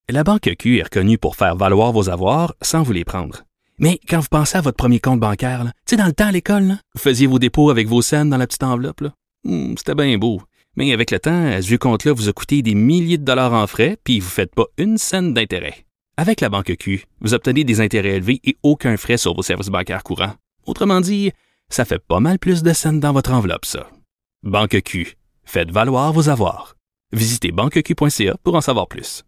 La Banque Q est reconnue pour faire valoir vos avoirs sans vous les prendre. Mais quand vous pensez à votre premier compte bancaire, tu sais, dans le temps à l'école, là, vous faisiez vos dépôts avec vos scènes dans la petite enveloppe. Là. C'était bien beau. Mais avec le temps, ce vieux compte-là vous a coûté des milliers de dollars en frais, puis vous ne faites pas une scène d'intérêt. Avec la Banque Q, vous obtenez des intérêts élevés et aucun frais sur vos services bancaires courants. Autrement dit, ça fait pas mal plus de scènes dans votre enveloppe, ça. Banque Q. Faites valoir vos avoirs. Visitez banqueq.ca pour en savoir plus.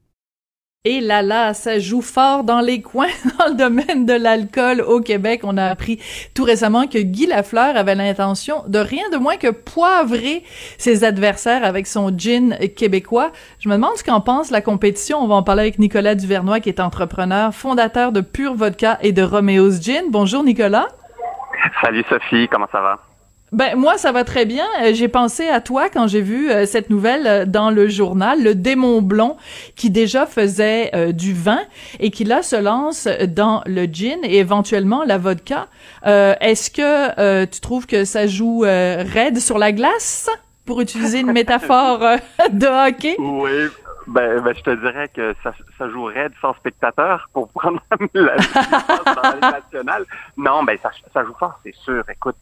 Et là, ça joue fort dans les coins dans le domaine de l'alcool au Québec. On a appris tout récemment que Guy Lafleur avait l'intention de rien de moins que poivrer ses adversaires avec son gin québécois. Je me demande ce qu'en pense la compétition. On va en parler avec Nicolas Duvernois, qui est entrepreneur, fondateur de Pure Vodka et de Romeo's Gin. Bonjour Nicolas. Salut Sophie, comment ça va? Ben moi ça va très bien. J'ai pensé à toi quand j'ai vu cette nouvelle dans le journal, le Démon Blond qui déjà faisait du vin et qui là se lance dans le gin et éventuellement la vodka. Est-ce que tu trouves que ça joue raide sur la glace, pour utiliser une métaphore de hockey? Oui. Ben, je te dirais que ça joue raide sans spectateur pour prendre la dans la Ligue nationale. Non, ben ça joue fort, c'est sûr. Écoute,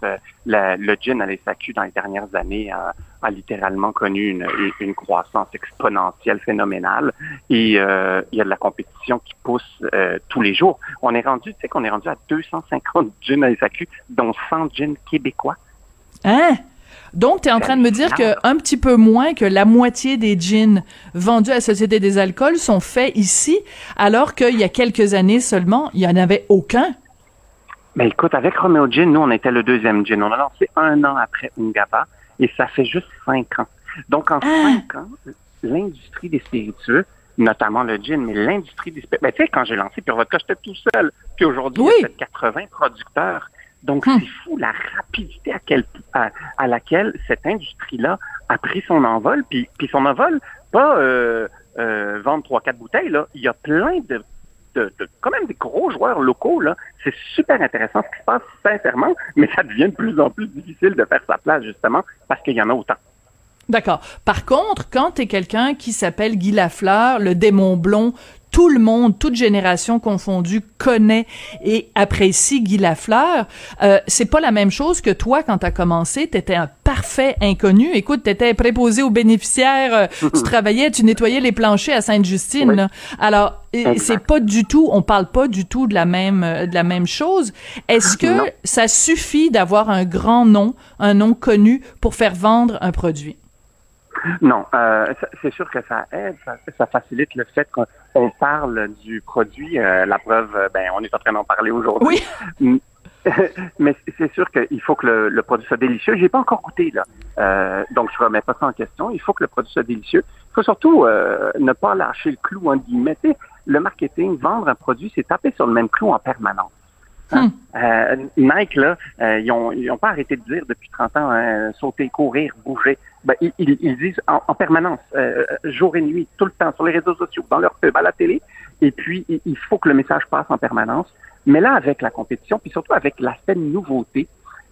le gin à l'SAQ dans les dernières années a littéralement connu une croissance exponentielle phénoménale. Et il y a de la compétition qui pousse tous les jours. On est rendu à 250 gins à l'SAQ, dont 100 gins québécois. Hein? Donc, tu es en train de me dire que un petit peu moins que la moitié des gins vendus à la Société des alcools sont faits ici, alors qu'il y a quelques années seulement, il n'y en avait aucun. Ben écoute, avec Romeo Gin, nous, on était le deuxième gin. On a lancé 1 an après Ungava et ça fait juste 5 ans. Donc, en 5 ans, l'industrie des spiritueux, notamment le gin, mais l'industrie des spiritueux... Ben tu sais, quand j'ai lancé Pure Vodka, j'étais tout seul. Puis aujourd'hui, il y a peut-être 80 producteurs. Donc, c'est fou la rapidité à laquelle cette industrie-là a pris son envol. Puis son envol, pas vendre 3-4 bouteilles, là. Il y a plein de quand même des gros joueurs locaux, là. C'est super intéressant ce qui se passe, sincèrement, mais ça devient de plus en plus difficile de faire sa place, justement, parce qu'il y en a autant. D'accord. Par contre, quand t'es quelqu'un qui s'appelle Guy Lafleur, le Démon Blond, tout le monde, toute génération confondue, connaît et apprécie Guy Lafleur. C'est pas la même chose que toi, quand t'as commencé, t'étais un parfait inconnu. Écoute, t'étais préposé aux bénéficiaires, tu travaillais, tu nettoyais les planchers à Sainte-Justine. Oui. Là. Alors, c'est pas du tout, on parle pas du tout de la même chose. Est-ce que ça suffit d'avoir un grand nom, un nom connu pour faire vendre un produit? Non, c'est sûr que ça aide, ça facilite le fait qu'on parle du produit. La preuve, on est en train d'en parler aujourd'hui. Oui. Mais c'est sûr qu'il faut que le produit soit délicieux. J'ai pas encore goûté, là. Donc, je remets pas ça en question. Il faut que le produit soit délicieux. Il faut surtout ne pas lâcher le clou, en guillemets. Le marketing, vendre un produit, c'est taper sur le même clou en permanence. Nike, là, ils ont pas arrêté de dire depuis 30 ans, sauter, courir, bouger. Ils disent en permanence, jour et nuit, tout le temps, sur les réseaux sociaux, dans leur pub, à la télé. Et puis, il faut que le message passe en permanence. Mais là, avec la compétition, puis surtout avec l'aspect de nouveauté,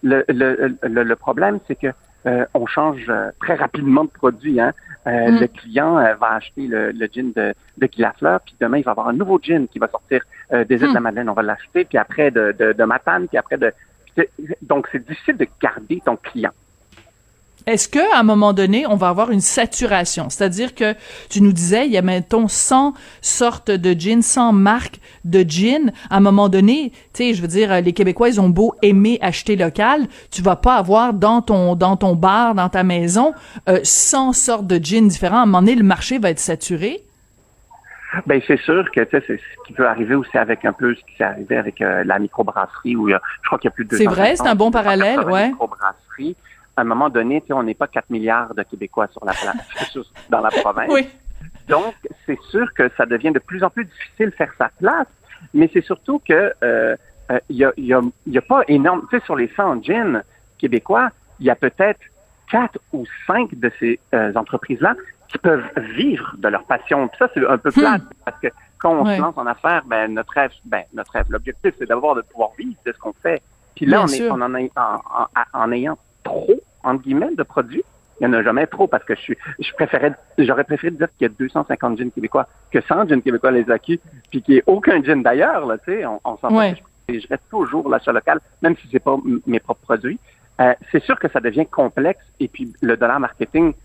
le problème, c'est que on change très rapidement de produit. Le client va acheter le gin de Guy Lafleur, puis demain, il va avoir un nouveau gin qui va sortir des îles de la Madeleine. On va l'acheter, puis après de Matane, puis après donc, c'est difficile de garder ton client. Est-ce qu'à un moment donné, on va avoir une saturation? C'est-à-dire que tu nous disais, il y a, mettons, 100 sortes de gin, 100 marques de gin. À un moment donné, tu sais, je veux dire, les Québécois, ils ont beau aimer acheter local, tu vas pas avoir dans ton bar, dans ta maison, 100 sortes de gin différents. À un moment donné, le marché va être saturé. Ben c'est sûr que c'est ce qui peut arriver aussi avec un peu ce qui s'est arrivé avec la microbrasserie où je crois qu'il y a plus de 200. C'est vrai, c'est un bon parallèle, ouais. Microbrasserie. À un moment donné, on n'est pas 4 milliards de Québécois sur la place, dans la province. Oui. Donc, c'est sûr que ça devient de plus en plus difficile de faire sa place, mais c'est surtout que il y a pas énorme... Tu sais, sur les 100 gins québécois, il y a peut-être 4 ou 5 de ces entreprises-là qui peuvent vivre de leur passion. Puis ça, c'est un peu plate, parce que quand on se lance en affaires, notre rêve, l'objectif, c'est d'abord de pouvoir vivre de ce qu'on fait. Puis là, en ayant trop, entre guillemets, de produits, Il y en a jamais trop parce que j'aurais préféré dire qu'il y a 250 gins québécois que 100 gins québécois à l'ESAQ, puis qu'il n'y ait aucun gin d'ailleurs, là, tu sais, on s'en fout. Je reste toujours l'achat local, même si c'est pas mes propres produits. C'est sûr que ça devient complexe et puis le dollar marketing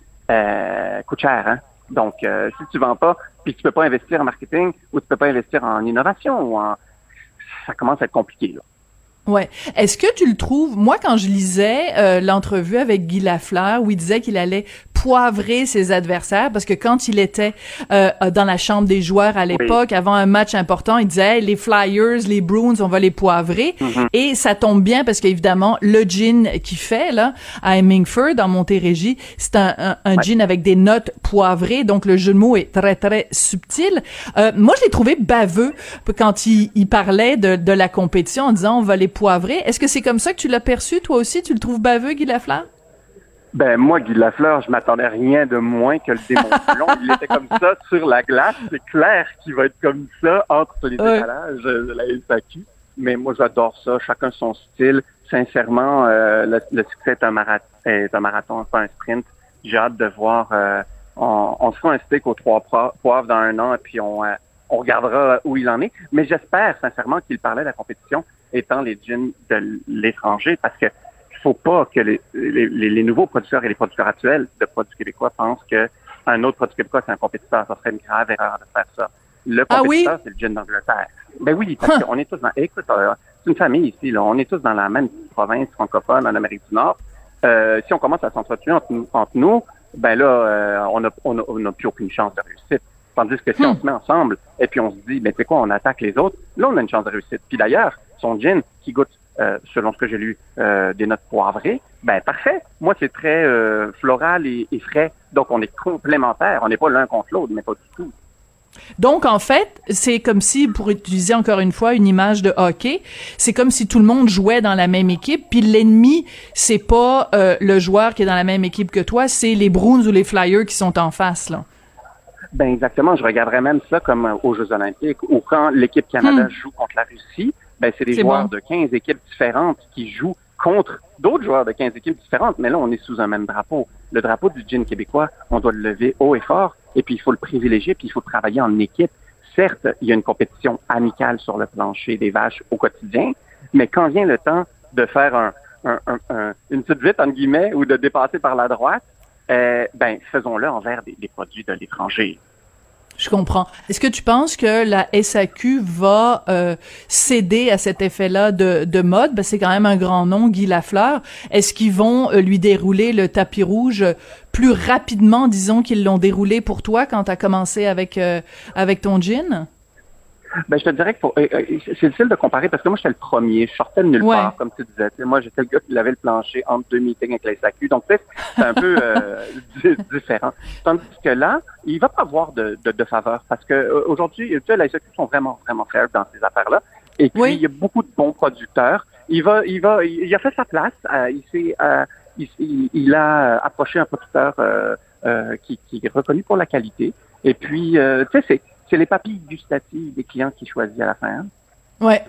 coûte cher, hein. Donc, si tu vends pas, puis tu peux pas investir en marketing ou tu peux pas investir en innovation ça commence à être compliqué, là. Ouais. Est-ce que tu le trouves, moi quand je lisais l'entrevue avec Guy Lafleur où il disait qu'il allait poivrer ses adversaires parce que quand il était dans la chambre des joueurs à l'époque, avant un match important, il disait hey, les Flyers, les Bruins, on va les poivrer et ça tombe bien parce qu'évidemment le gin qu'il fait là à Hemingford dans Montérégie, c'est un gin avec des notes poivrées, donc le jeu de mots est très très subtil. Moi je l'ai trouvé baveux quand il parlait de la compétition en disant on va les poivré. Est-ce que c'est comme ça que tu l'as perçu, toi aussi? Tu le trouves baveux, Guy Lafleur? Ben, moi, Guy Lafleur, je m'attendais à rien de moins que le démon blond. Il était comme ça sur la glace. C'est clair qu'il va être comme ça entre les étalages de la SAQ. Mais moi, j'adore ça. Chacun son style. Sincèrement, le succès est un marathon, pas un sprint. J'ai hâte de voir. On se fera un steak aux 3 poivres dans un an et puis on regardera où il en est. Mais j'espère sincèrement qu'il parlait de la compétition étant les gins de l'étranger, parce que il faut pas que les nouveaux producteurs et les producteurs actuels de produits québécois pensent que un autre produit québécois c'est un compétiteur. Ça serait une grave erreur de faire ça. Le compétiteur, c'est le gin d'Angleterre. Ben oui, parce qu'on est tous dans... Écoute, c'est une famille ici, là. On est tous dans la même province francophone en Amérique du Nord. Si on commence à s'entretuer entre nous, ben là, on n'a plus aucune chance de réussite. Tandis que si on se met ensemble et puis on se dit, ben tu sais quoi, on attaque les autres, là on a une chance de réussite. Puis d'ailleurs, son gin qui goûte, selon ce que j'ai lu, des notes poivrées, ben parfait. Moi c'est très floral et frais, donc on est complémentaires. On n'est pas l'un contre l'autre, mais pas du tout. Donc, en fait, c'est comme si, pour utiliser encore une fois une image de hockey, c'est comme si tout le monde jouait dans la même équipe, puis l'ennemi, c'est pas le joueur qui est dans la même équipe que toi, c'est les Bruins ou les Flyers qui sont en face, là. Ben exactement, je regarderais même ça comme aux Jeux olympiques, ou quand l'équipe Canada joue contre la Russie, ben c'est des joueurs de 15 équipes différentes qui jouent contre d'autres joueurs de 15 équipes différentes, mais là, on est sous un même drapeau. Le drapeau du gin québécois, on doit le lever haut et fort, et puis il faut le privilégier, puis il faut travailler en équipe. Certes, il y a une compétition amicale sur le plancher des vaches au quotidien, mais quand vient le temps de faire une petite vite, entre guillemets, ou de dépasser par la droite, ben faisons-le envers des produits de l'étranger. Je comprends. Est-ce que tu penses que la SAQ va céder à cet effet-là de mode? Ben, c'est quand même un grand nom, Guy Lafleur. Est-ce qu'ils vont lui dérouler le tapis rouge plus rapidement, disons, qu'ils l'ont déroulé pour toi quand tu as commencé avec ton gin? Ben, je te dirais que c'est difficile de comparer parce que moi, j'étais le premier. Je sortais de nulle part, comme tu disais. T'sais, moi, j'étais le gars qui lavait le plancher entre deux meetings avec la SAQ. Donc, c'est un peu différent. Tandis que là, il va pas avoir de faveur parce que aujourd'hui, la SAQ sont vraiment, vraiment faibles dans ces affaires-là. Et puis, il y a beaucoup de bons producteurs. Il a fait sa place. Il a approché un producteur qui est reconnu pour la qualité. Et puis, tu sais, c'est les papilles gustatives des clients qui choisissent à la fin. Hein? Ouais.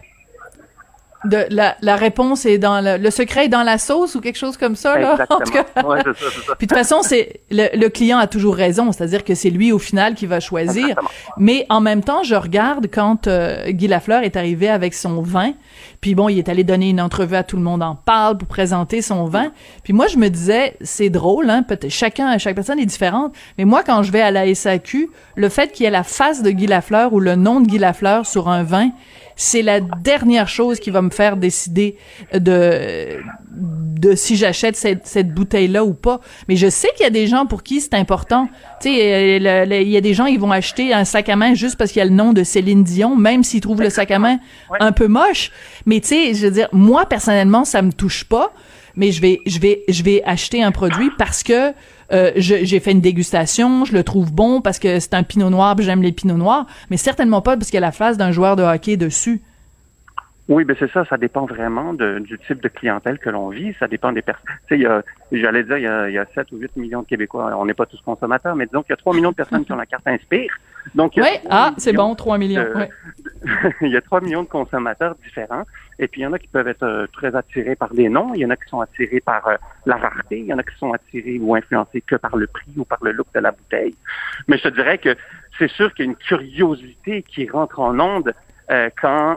La réponse est dans le secret est dans la sauce ou quelque chose comme ça, là. Exactement. En tout cas. Ouais, c'est ça. Puis de toute façon, c'est le client a toujours raison, c'est-à-dire que c'est lui au final qui va choisir. Exactement. Mais en même temps, je regarde quand Guy Lafleur est arrivé avec son vin, puis bon, il est allé donner une entrevue à Tout le monde en parle pour présenter son vin. Puis moi, je me disais, c'est drôle, hein, peut-être chaque personne est différente, mais moi, quand je vais à la SAQ, le fait qu'il y ait la face de Guy Lafleur ou le nom de Guy Lafleur sur un vin, c'est la dernière chose qui va me faire décider de si j'achète cette bouteille-là ou pas. Mais je sais qu'il y a des gens pour qui c'est important. Tu sais, il y a des gens qui vont acheter un sac à main juste parce qu'il y a le nom de Céline Dion, même s'ils trouvent le sac à main un peu moche. Mais tu sais, je veux dire, moi, personnellement, ça me touche pas. Mais je vais acheter un produit parce que j'ai fait une dégustation, je le trouve bon parce que c'est un pinot noir, puis j'aime les pinots noirs, mais certainement pas parce qu'il y a la face d'un joueur de hockey dessus. Oui, ben c'est ça dépend vraiment du type de clientèle que l'on vit, ça dépend des personnes. Tu sais, il y a 7 ou 8 millions de Québécois, on n'est pas tous consommateurs, mais disons qu'il y a 3 millions de personnes qui ont la carte Inspire. Donc, c'est bon, 3 millions. il y a 3 millions de consommateurs différents. Et puis, il y en a qui peuvent être très attirés par les noms. Il y en a qui sont attirés par la rareté. Il y en a qui sont attirés ou influencés que par le prix ou par le look de la bouteille. Mais je te dirais que c'est sûr qu'il y a une curiosité qui rentre en onde quand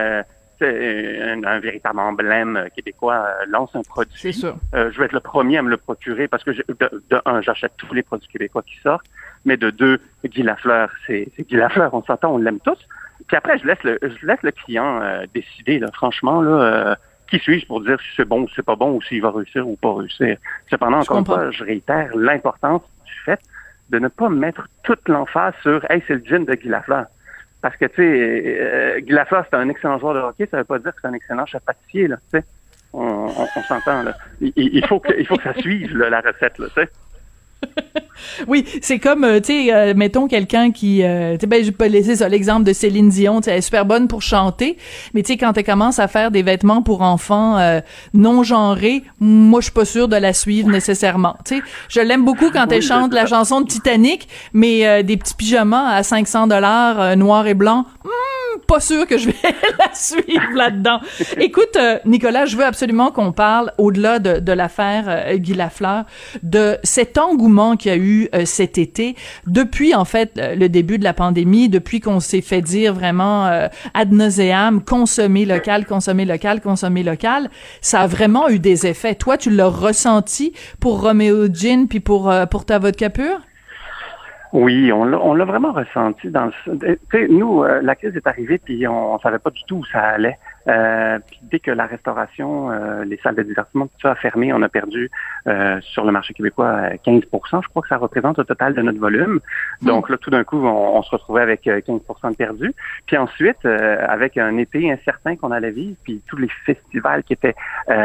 un véritable emblème québécois lance un produit. C'est sûr. Je vais être le premier à me le procurer parce que, de un, j'achète tous les produits québécois qui sortent. Mais de deux, Guy Lafleur, c'est Guy Lafleur, on s'entend, on l'aime tous. Puis après, je laisse le client décider, là, franchement, là, qui suis-je pour dire si c'est bon ou c'est pas bon, ou s'il va réussir ou pas réussir. Cependant, encore une fois, je réitère l'importance du fait de ne pas mettre toute l'emphase sur « Hey, c'est le gin de Guy Lafleur ». Parce que, tu sais, Guy Lafleur, c'est un excellent joueur de hockey, ça veut pas dire que c'est un excellent chef pâtissier, là, tu sais. On s'entend, là. Il faut que ça suive, là, la recette, là, tu sais. Oui, c'est comme, tu sais, mettons quelqu'un qui, tu sais, ben, je peux laisser ça, l'exemple de Céline Dion, tu sais, elle est super bonne pour chanter, mais tu sais, quand elle commence à faire des vêtements pour enfants non genrés, moi, je suis pas sûre de la suivre nécessairement, tu sais. Je l'aime beaucoup quand elle chante la chanson de Titanic, mais des petits pyjamas à $500 noirs et blancs, pas sûr que je vais la suivre là-dedans. Écoute, Nicolas, je veux absolument qu'on parle, au-delà de l'affaire Guy Lafleur, de cet engouement qu'il y a eu cet été, depuis, en fait, le début de la pandémie, depuis qu'on s'est fait dire vraiment ad nauseam, consommer local, consommer local, consommer local, ça a vraiment eu des effets. Toi, tu l'as ressenti pour Romeo Gin puis pour ta vodka pure? Oui, on l'a vraiment ressenti tu sais, nous, la crise est arrivée puis on savait pas du tout où ça allait. Puis dès que la restauration, les salles de divertissement, tout ça a fermé, on a perdu sur le marché québécois 15%. Je crois que ça représente au total de notre volume. Donc là, tout d'un coup, on se retrouvait avec 15% de perdu. Puis ensuite, avec un été incertain qu'on allait vivre, puis tous les festivals qui étaient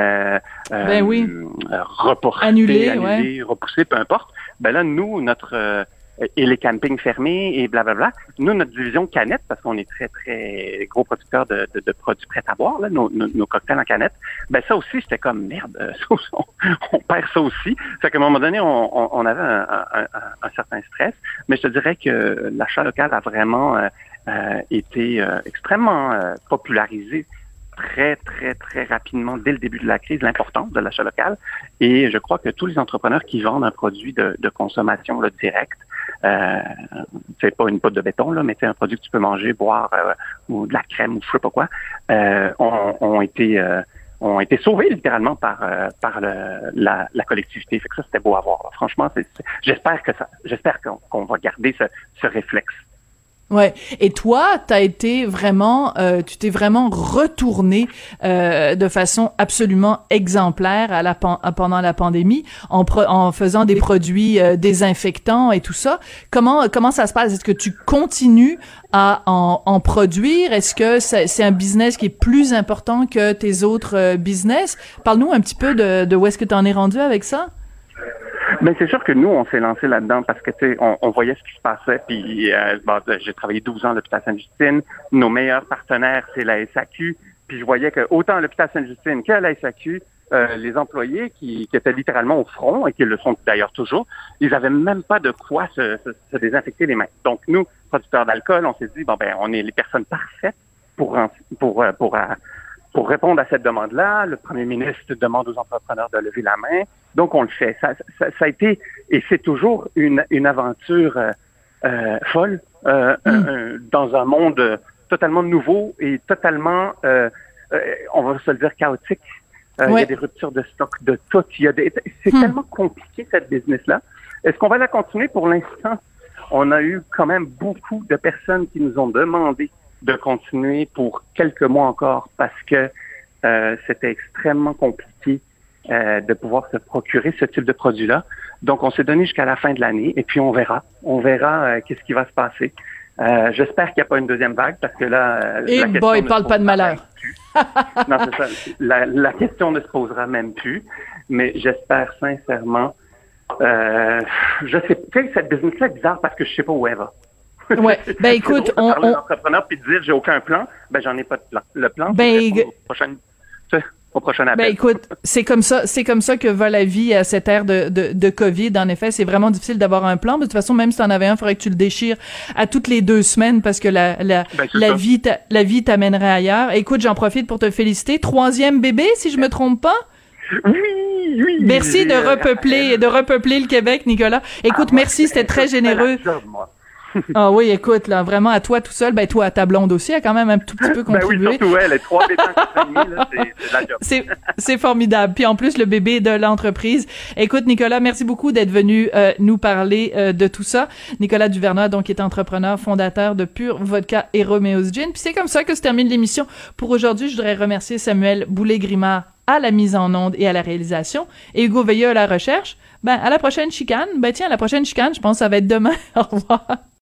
reportés, annulés, repoussés, peu importe. Ben là, nous, et les campings fermés et blablabla. Nous, notre division canette, parce qu'on est très, très gros producteurs de produits prêts à boire, là, nos cocktails en canette, ben ça aussi, c'était comme merde, on perd ça aussi. Fait qu'à un moment donné, on avait un certain stress, mais je te dirais que l'achat local a vraiment été extrêmement popularisé très, très, très rapidement dès le début de la crise, l'importance de l'achat local. Et je crois que tous les entrepreneurs qui vendent un produit de consommation là, directe, c'est pas une poudre de béton, là, mais c'est un produit que tu peux manger, boire, ou de la crème, ou je sais pas quoi, ont été sauvés littéralement par la collectivité. Fait que ça, c'était beau à voir. Là. Franchement, j'espère qu'on va garder ce réflexe. Ouais. Et toi, tu t'es vraiment retourné de façon absolument exemplaire pendant la pandémie en faisant des produits désinfectants et tout ça. Comment ça se passe? Est-ce que tu continues à en produire? Est-ce que c'est un business qui est plus important que tes autres business? Parle-nous un petit peu de où est-ce que tu en es rendu avec ça? Ben c'est sûr que nous, on s'est lancé là-dedans parce que tu sais, on voyait ce qui se passait. Puis j'ai travaillé 12 ans à l'hôpital Sainte-Justine. Nos meilleurs partenaires, c'est la SAQ. Puis je voyais que autant à l'hôpital Sainte-Justine qu'à la SAQ, les employés qui étaient littéralement au front et qui le sont d'ailleurs toujours, ils avaient même pas de quoi se désinfecter les mains. Donc nous, producteurs d'alcool, on s'est dit on est les personnes parfaites pour répondre à cette demande-là. Le premier ministre demande aux entrepreneurs de lever la main. Donc, on le fait. Ça a été, et c'est toujours une aventure folle dans un monde totalement nouveau et totalement, on va se le dire, chaotique. Il y a des ruptures de stock de tout. C'est tellement compliqué, cette business-là. Est-ce qu'on va la continuer? Pour l'instant, on a eu quand même beaucoup de personnes qui nous ont demandé de continuer pour quelques mois encore parce que c'était extrêmement compliqué de pouvoir se procurer ce type de produit-là. Donc, on s'est donné jusqu'à la fin de l'année et puis on verra. On verra qu'est-ce qui va se passer. J'espère qu'il n'y a pas une deuxième vague parce que là... il parle pas de malheur. Non, c'est ça. La question ne se posera même plus, mais j'espère sincèrement... je sais pas, cette business-là est bizarre parce que je sais pas où elle va. Ouais, ben écoute, on parler d'entrepreneur puis de dire j'ai aucun plan, ben j'en ai pas de plan. Le plan, c'est la prochaine. au prochain appel. Ben écoute, c'est comme ça que va la vie à cette ère de COVID. En effet, c'est vraiment difficile d'avoir un plan. De toute façon, même si t'en avais un, il faudrait que tu le déchires à toutes les 2 semaines parce que la vie t'amènerait ailleurs. Écoute, j'en profite pour te féliciter. 3e bébé, si je me trompe pas. Oui. Merci de repeupler le Québec, Nicolas. Écoute, merci, c'était très généreux. Ah oui, écoute, là, vraiment, à toi tout seul, ben toi, à ta blonde aussi, a quand même un tout petit peu contribué. Ben oui, surtout elle, les 3 bébés en 4 ans et demi, là, c'est de la job. C'est formidable. Puis en plus, le bébé de l'entreprise. Écoute, Nicolas, merci beaucoup d'être venu nous parler de tout ça. Nicolas Duvernois, donc, est entrepreneur, fondateur de Pure Vodka et Romeo's Gin. Puis c'est comme ça que se termine l'émission. Pour aujourd'hui, je voudrais remercier Samuel Boulay-Grimard à la mise en onde et à la réalisation, et Hugo Veilleux à la recherche. Ben, à la prochaine chicane. Ben tiens, à la prochaine chicane, je pense que ça va être demain. Au revoir.